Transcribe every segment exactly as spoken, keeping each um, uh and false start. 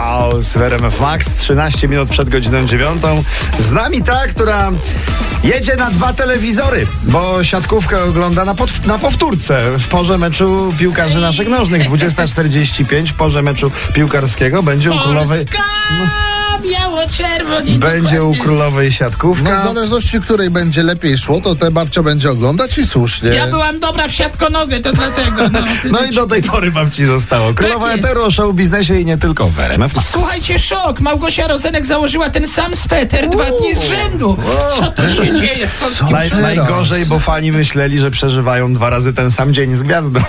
House w R M F Max, trzynaście minut przed godziną dziewiątą. Z nami ta, która jedzie na dwa telewizory, bo siatkówkę ogląda na, pod, na powtórce w porze meczu piłkarzy naszych nożnych. dwudziesta czterdzieści pięć w porze meczu piłkarskiego będzie u królowej... biało-czerwoni. Będzie u królowej siatkówka. No w zależności, której będzie lepiej szło, to tę babcia będzie oglądać i słusznie. Ja byłam dobra w siatkonogę, to dlatego. No, no i do tej pory babci zostało. Królowa tak eteru o show biznesie i nie tylko w R M F Max. Słuchajcie, szok. Małgosia Rozenek założyła ten sam sweter dwa dni z rzędu. Co to się dzieje? Co Naj, najgorzej, bo fani myśleli, że przeżywają dwa razy ten sam dzień z gwiazdą.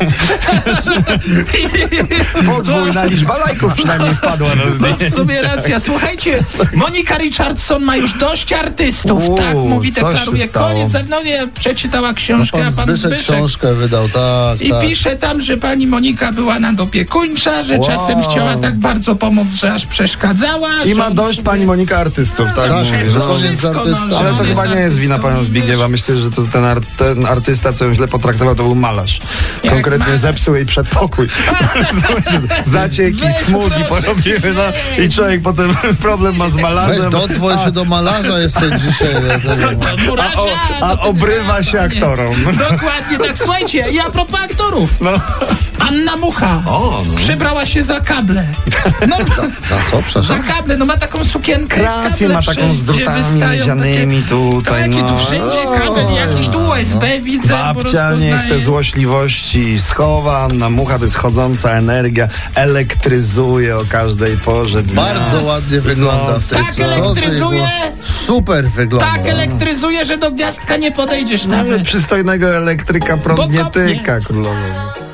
Podwójna liczba lajków przynajmniej wpadła na No zdjęcie. w sumie racja. Słuchajcie, Monika Richardson ma już dość artystów. Uuu, tak mówi, co się deklaruje. stało? Koniec. No nie, przeczytała książkę, Pan a pan Zbyszek, Zbyszek książkę wydał, tak, I tak. pisze tam, że pani Monika była nadopiekuńcza, że Wow. czasem chciała tak bardzo pomóc, że aż przeszkadzała. I że ma on dość sobie- pani Monika artystów, tak? to mówi, przez że- to koniec z wszystko, no, artystą. że Ale to on chyba nie jest wina pana artystą, Zbigniewa. Myślę, że to ten, ar, ten artysta, co ją źle potraktował, to był malarz. Jak Konkretnie malarz. zepsuł jej przedpokój. Zacieki, Weź, smugi proszę porobiły, cię, no weź. i człowiek potem problem ma z Weź, malarzem. dodzwoń się do malarza jeszcze dzisiaj. A, o, a obrywa się aktorom. Dokładnie tak. Słuchajcie, i a propos aktorów. No. Anna Mucha O, no. przebrała się za kable. No, za, Za co, za przepraszam? kable, no ma taką sukienkę. Rację, kable ma taką z wszędzie drutami wystają, miedzianymi tutaj, Takie, no. tu wszędzie kabel, jakiś tu U S B widzę, bo Babcia niech te rozpoznaje. złośliwości schowa. Anna Mucha to jest chodząca energia. Elektryzuje o każdej porze dnia. Bardzo ładnie wygląda w tej Tak sytuacji. elektryzuje. Super wygląda. Tak elektryzuje, że do gniazdka nie podejdziesz No, ale nawet. przystojnego elektryka prąd Bo nie kopnie. tyka, królowo.